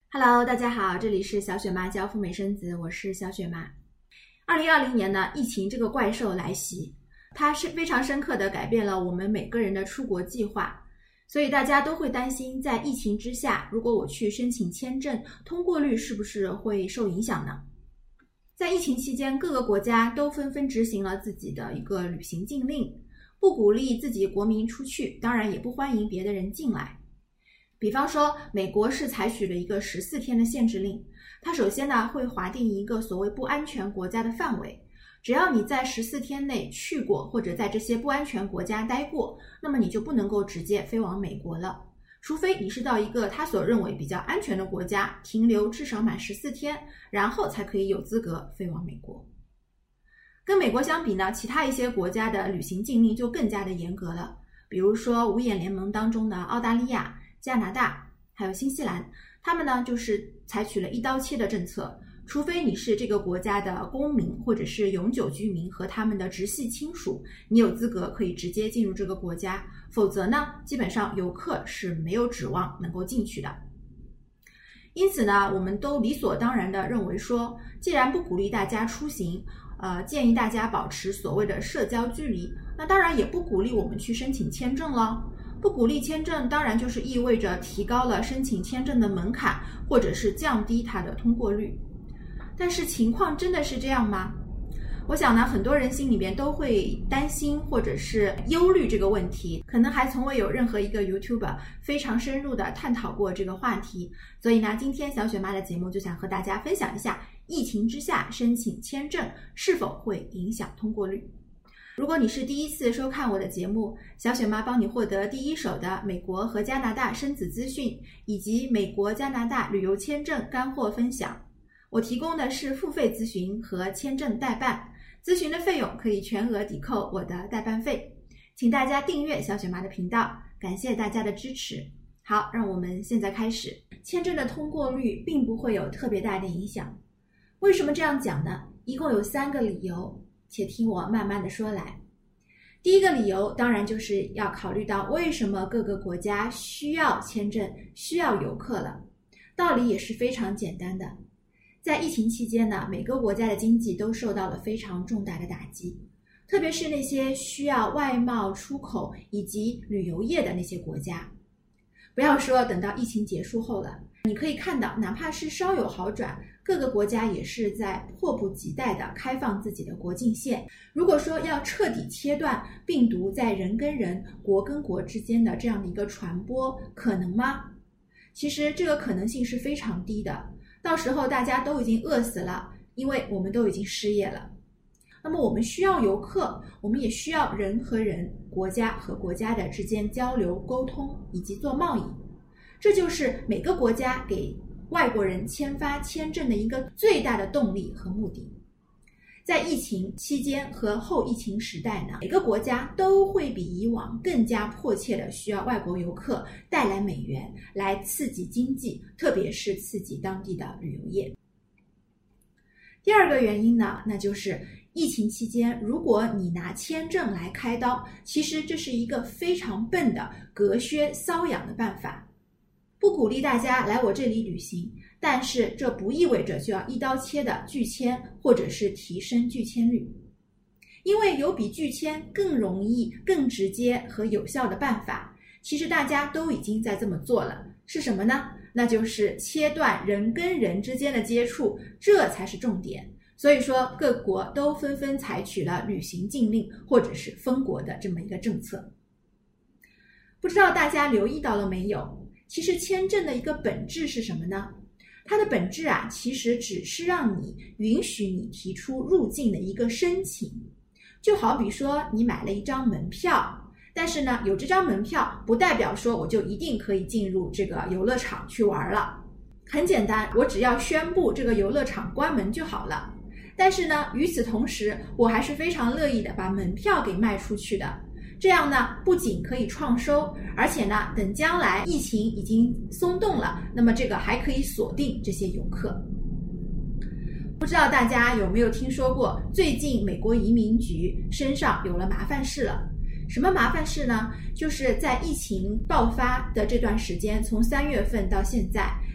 Hello， 大家好，这里是小雪妈教赴美生子，我是小雪妈。2020年呢，疫情这个怪兽来袭，它是非常深刻地改变了我们每个人的出国计划，所以大家都会担心，在疫情之下，如果我去申请签证，通过率是不是会受影响呢？在疫情期间，各个国家都纷纷执行了自己的一个旅行禁令，不鼓励自己国民出去，当然也不欢迎别的人进来。比方说，美国是采取了一个14天的限制令，它首先呢会划定一个所谓不安全国家的范围，只要你在14天内去过或者在这些不安全国家待过，那么你就不能够直接飞往美国了，除非你是到一个他所认为比较安全的国家停留至少满14天，然后才可以有资格飞往美国。跟美国相比呢，其他一些国家的旅行禁令就更加的严格了，比如说五眼联盟当中的澳大利亚、加拿大还有新西兰，他们呢就是采取了一刀切的政策，除非你是这个国家的公民或者是永久居民和他们的直系亲属，你有资格可以直接进入这个国家，否则呢基本上游客是没有指望能够进去的。因此呢，我们都理所当然地认为说，既然不鼓励大家出行，建议大家保持所谓的社交距离，那当然也不鼓励我们去申请签证了。不鼓励签证当然就是意味着提高了申请签证的门槛，或者是降低它的通过率。但是情况真的是这样吗？我想呢，很多人心里面都会担心或者是忧虑这个问题，可能还从未有任何一个 YouTuber 非常深入的探讨过这个话题。所以呢，今天小雪妈的节目就想和大家分享一下，疫情之下申请签证是否会影响通过率。如果你是第一次收看我的节目，小雪妈帮你获得第一手的美国和加拿大生子资讯，以及美国、加拿大旅游签证干货分享。我提供的是付费咨询和签证代办，咨询的费用可以全额抵扣我的代办费。请大家订阅小雪妈的频道，感谢大家的支持。好，让我们现在开始。签证的通过率并不会有特别大的影响。为什么这样讲呢？一共有3个理由，且听我慢慢的说来。第一个理由当然就是要考虑到为什么各个国家需要签证、需要游客了。道理也是非常简单的。在疫情期间呢，每个国家的经济都受到了非常重大的打击，特别是那些需要外贸、出口以及旅游业的那些国家。不要说等到疫情结束后了，你可以看到，哪怕是稍有好转，各个国家也是在迫不及待地开放自己的国境线。如果说要彻底切断病毒在人跟人、国跟国之间的这样的一个传播，可能吗？其实这个可能性是非常低的，到时候大家都已经饿死了，因为我们都已经失业了。那么我们需要游客，我们也需要人和人、国家和国家的之间交流沟通以及做贸易，这就是每个国家给外国人签发签证的一个最大的动力和目的。在疫情期间和后疫情时代呢，每个国家都会比以往更加迫切的需要外国游客带来美元，来刺激经济，特别是刺激当地的旅游业。第二个原因呢，那就是疫情期间，如果你拿签证来开刀，其实这是一个非常笨的隔靴搔痒的办法。不鼓励大家来我这里旅行，但是这不意味着就要一刀切的拒签或者是提升拒签率。因为有比拒签更容易、更直接和有效的办法，其实大家都已经在这么做了。是什么呢？那就是切断人跟人之间的接触，这才是重点。所以说各国都纷纷采取了旅行禁令或者是封国的这么一个政策。不知道大家留意到了没有，其实签证的一个本质是什么呢？它的本质其实只是让你允许你提出入境的一个申请。就好比说你买了一张门票，但是呢，有这张门票不代表说我就一定可以进入这个游乐场去玩了。很简单，我只要宣布这个游乐场关门就好了。但是呢，与此同时，我还是非常乐意的把门票给卖出去的。这样呢，不仅可以创收，而且呢，等将来疫情已经松动了，那么这个还可以锁定这些游客。不知道大家有没有听说过，最近美国移民局身上有了麻烦事了。什么麻烦事呢？就是在疫情爆发的这段时间，从3月份到现在，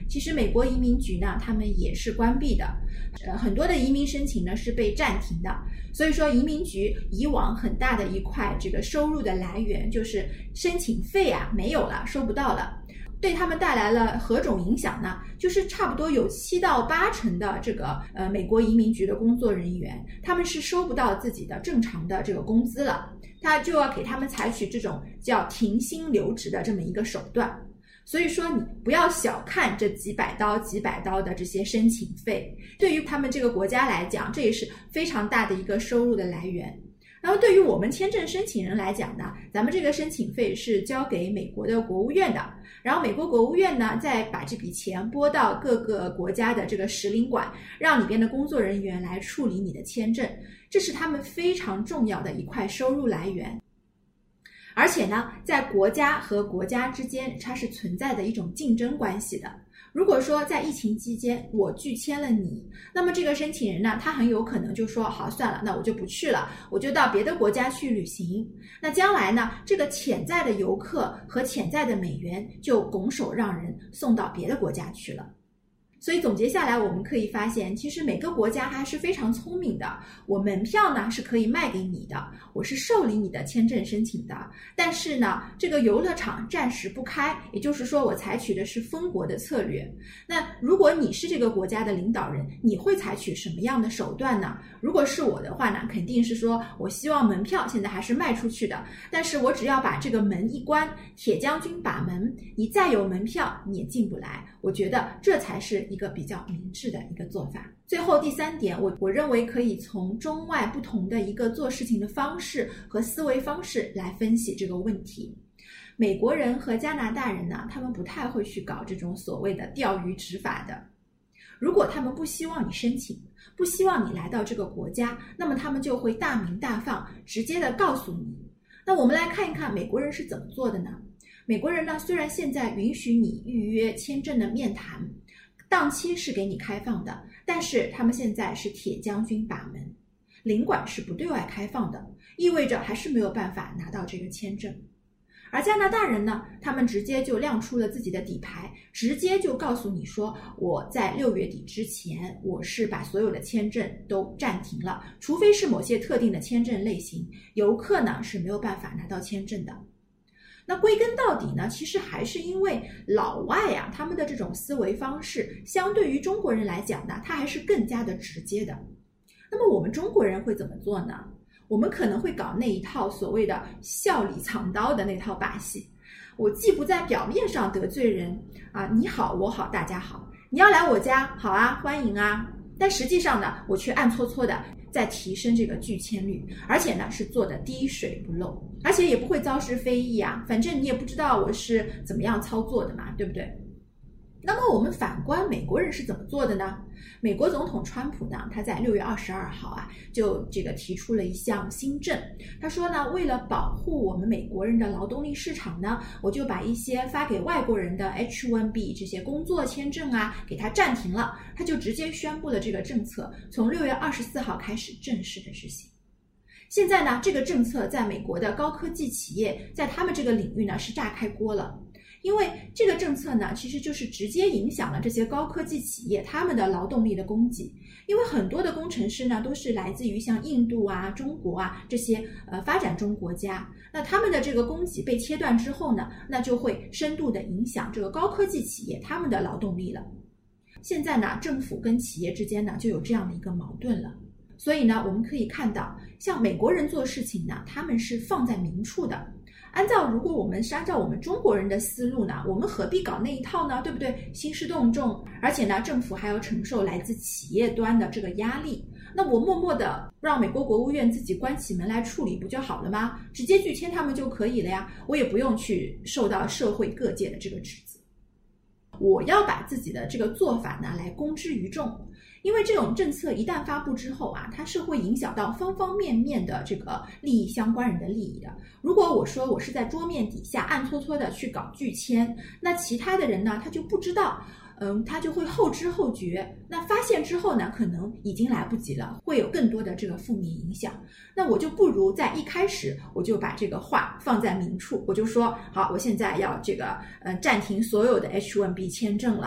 其实美国移民局呢，他们也是关闭的，很多的移民申请呢是被暂停的。所以说移民局以往很大的一块这个收入的来源就是申请费啊没有了，收不到了。对他们带来了何种影响呢？就是差不多有7到8成的这个美国移民局的工作人员，他们是收不到自己的正常的这个工资了，他就要给他们采取这种叫停薪留职的这么一个手段。所以说你不要小看这几百刀的这些申请费，对于他们这个国家来讲，这也是非常大的一个收入的来源。然后对于我们签证申请人来讲呢，咱们这个申请费是交给美国的国务院的，然后美国国务院呢再把这笔钱拨到各个国家的这个使领馆，让里边的工作人员来处理你的签证，这是他们非常重要的一块收入来源。而且呢，在国家和国家之间，它是存在的一种竞争关系的。如果说在疫情期间我拒签了你，那么这个申请人呢，他很有可能就说好算了，那我就不去了，我就到别的国家去旅行。那将来呢，这个潜在的游客和潜在的美元就拱手让人送到别的国家去了。所以总结下来，我们可以发现，其实每个国家还是非常聪明的。我门票呢是可以卖给你的，我是受理你的签证申请的，但是呢，这个游乐场暂时不开，也就是说我采取的是封国的策略。那如果你是这个国家的领导人，你会采取什么样的手段呢？如果是我的话呢，肯定是说我希望门票现在还是卖出去的，但是我只要把这个门一关，铁将军把门，你再有门票你也进不来。我觉得这才是一个比较明智的一个做法。最后第3点，我认为可以从中外不同的一个做事情的方式和思维方式来分析这个问题。美国人和加拿大人呢，他们不太会去搞这种所谓的钓鱼执法的。如果他们不希望你申请，不希望你来到这个国家，那么他们就会大鸣大放，直接的告诉你。那我们来看一看美国人是怎么做的呢？美国人呢，虽然现在允许你预约签证的面谈，档期是给你开放的，但是他们现在是铁将军把门，领馆是不对外开放的，意味着还是没有办法拿到这个签证。而加拿大人呢，他们直接就亮出了自己的底牌，直接就告诉你说，我在6月底之前，我是把所有的签证都暂停了，除非是某些特定的签证类型，游客呢是没有办法拿到签证的。那归根到底呢，其实还是因为老外啊，他们的这种思维方式相对于中国人来讲呢，它还是更加的直接的。那么我们中国人会怎么做呢？我们可能会搞那一套所谓的笑里藏刀的那套把戏。我既不在表面上得罪人啊，你好我好大家好，你要来我家好啊，欢迎啊，但实际上呢，我却暗搓搓的在提升这个拒签率，而且呢是做的滴水不漏，而且也不会遭是非议啊，反正你也不知道我是怎么样操作的嘛，对不对？那么我们反观美国人是怎么做的呢？美国总统川普呢，他在6月22号啊，就提出了一项新政。他说呢，为了保护我们美国人的劳动力市场呢，我就把一些发给外国人的 H1B 这些工作签证啊，给他暂停了。他就直接宣布了这个政策，从6月24号开始正式的执行。现在呢，这个政策在美国的高科技企业，在他们这个领域呢是炸开锅了。因为这个政策呢，其实就是直接影响了这些高科技企业他们的劳动力的供给。因为很多的工程师呢，都是来自于像印度啊、中国啊这些发展中国家。那他们的这个供给被切断之后呢，那就会深度的影响这个高科技企业他们的劳动力了。现在呢，政府跟企业之间呢就有这样的一个矛盾了。所以呢，我们可以看到，像美国人做事情呢，他们是放在明处的。如果我们是按照我们中国人的思路呢，我们何必搞那一套呢？对不对？兴师动众，而且呢，政府还要承受来自企业端的这个压力。那我默默的让美国国务院自己关起门来处理不就好了吗？直接拒签他们就可以了呀，我也不用去受到社会各界的这个指责。我要把自己的这个做法呢来公之于众。因为这种政策一旦发布之后啊，它是会影响到方方面面的这个利益相关人的利益的。如果我说我是在桌面底下暗搓搓的去搞拒签，那其他的人呢，他就不知道，他就会后知后觉。那发现之后呢，可能已经来不及了，会有更多的这个负面影响。那我就不如在一开始我就把这个话放在明处，我就说好，我现在要暂停所有的 H1B 签证了。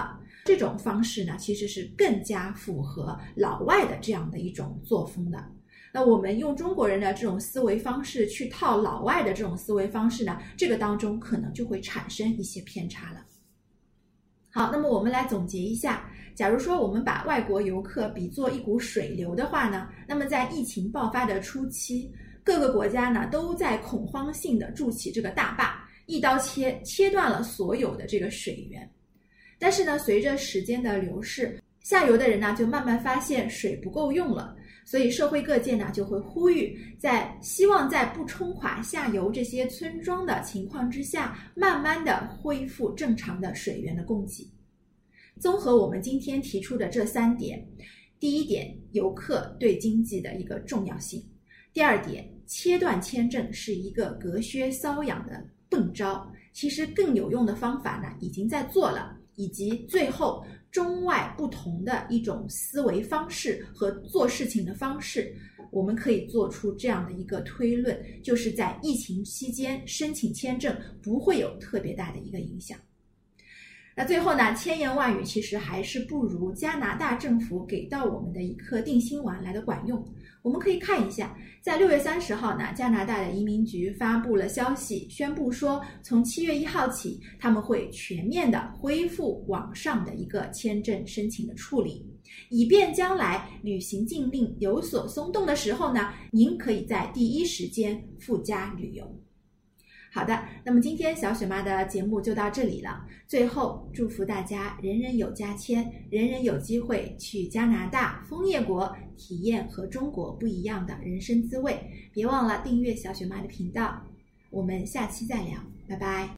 这种方式呢，其实是更加符合老外的这样的一种作风的。那我们用中国人的这种思维方式去套老外的这种思维方式呢，这个当中可能就会产生一些偏差了。好，那么我们来总结一下，假如说我们把外国游客比作一股水流的话呢，那么在疫情爆发的初期，各个国家呢都在恐慌性的筑起这个大坝，一刀切断了所有的这个水源。但是呢，随着时间的流逝，下游的人呢就慢慢发现水不够用了，所以社会各界呢就会呼吁，希望在不冲垮下游这些村庄的情况之下，慢慢的恢复正常的水源的供给。综合我们今天提出的这3点，第一点，游客对经济的一个重要性；第二点，切断签证是一个隔靴搔痒的笨招，其实更有用的方法呢已经在做了，以及最后中外不同的一种思维方式和做事情的方式，我们可以做出这样的一个推论，就是在疫情期间申请签证不会有特别大的一个影响。那最后呢，千言万语其实还是不如加拿大政府给到我们的一颗定心丸来的管用。我们可以看一下，在6月30号呢，加拿大的移民局发布了消息，宣布说从7月1号起，他们会全面的恢复网上的一个签证申请的处理，以便将来旅行禁令有所松动的时候呢，您可以在第一时间赴加旅游。好的，那么今天小雪妈的节目就到这里了。最后祝福大家人人有加签，人人有机会去加拿大枫叶国体验和中国不一样的人生滋味。别忘了订阅小雪妈的频道，我们下期再聊，拜拜。